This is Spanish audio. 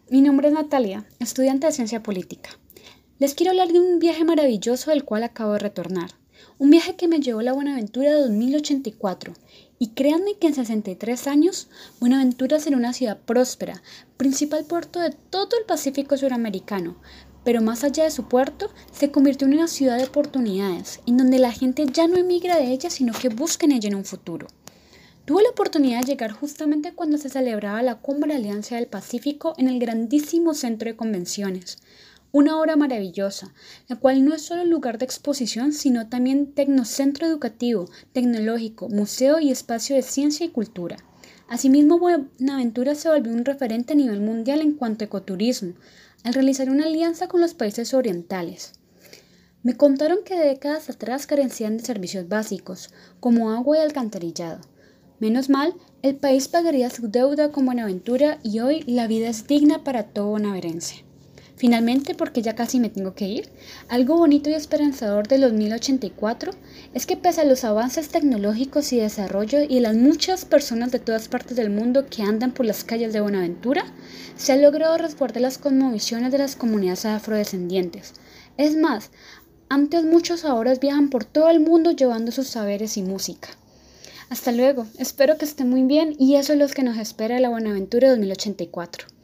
Mi nombre es Natalia, estudiante de Ciencia Política. Les quiero hablar de un viaje maravilloso del cual acabo de retornar. Un viaje que me llevó a la Buenaventura de 2084. Y créanme que en 63 años, Buenaventura será una ciudad próspera, principal puerto de todo el Pacífico suramericano. Pero más allá de su puerto, se convirtió en una ciudad de oportunidades, en donde la gente ya no emigra de ella, sino que busca en ella en un futuro. Tuve la oportunidad de llegar justamente cuando se celebraba la Cumbre de Alianza del Pacífico en el grandísimo centro de convenciones. Una obra maravillosa, la cual no es solo lugar de exposición, sino también tecnocentro educativo, tecnológico, museo y espacio de ciencia y cultura. Asimismo, Buenaventura se volvió un referente a nivel mundial en cuanto a ecoturismo, al realizar una alianza con los países orientales. Me contaron que décadas atrás carecían de servicios básicos, como agua y alcantarillado. Menos mal, el país pagaría su deuda con Buenaventura y hoy la vida es digna para todo bonaverense. Finalmente, porque ya casi me tengo que ir, algo bonito y esperanzador de 2084 es que pese a los avances tecnológicos y desarrollo y las muchas personas de todas partes del mundo que andan por las calles de Buenaventura, se ha logrado resguardar las cosmovisiones de las comunidades afrodescendientes. Es más, antes muchos ahora viajan por todo el mundo llevando sus saberes y música. Hasta luego, espero que esté muy bien y eso es lo que nos espera de la Buenaventura 2084.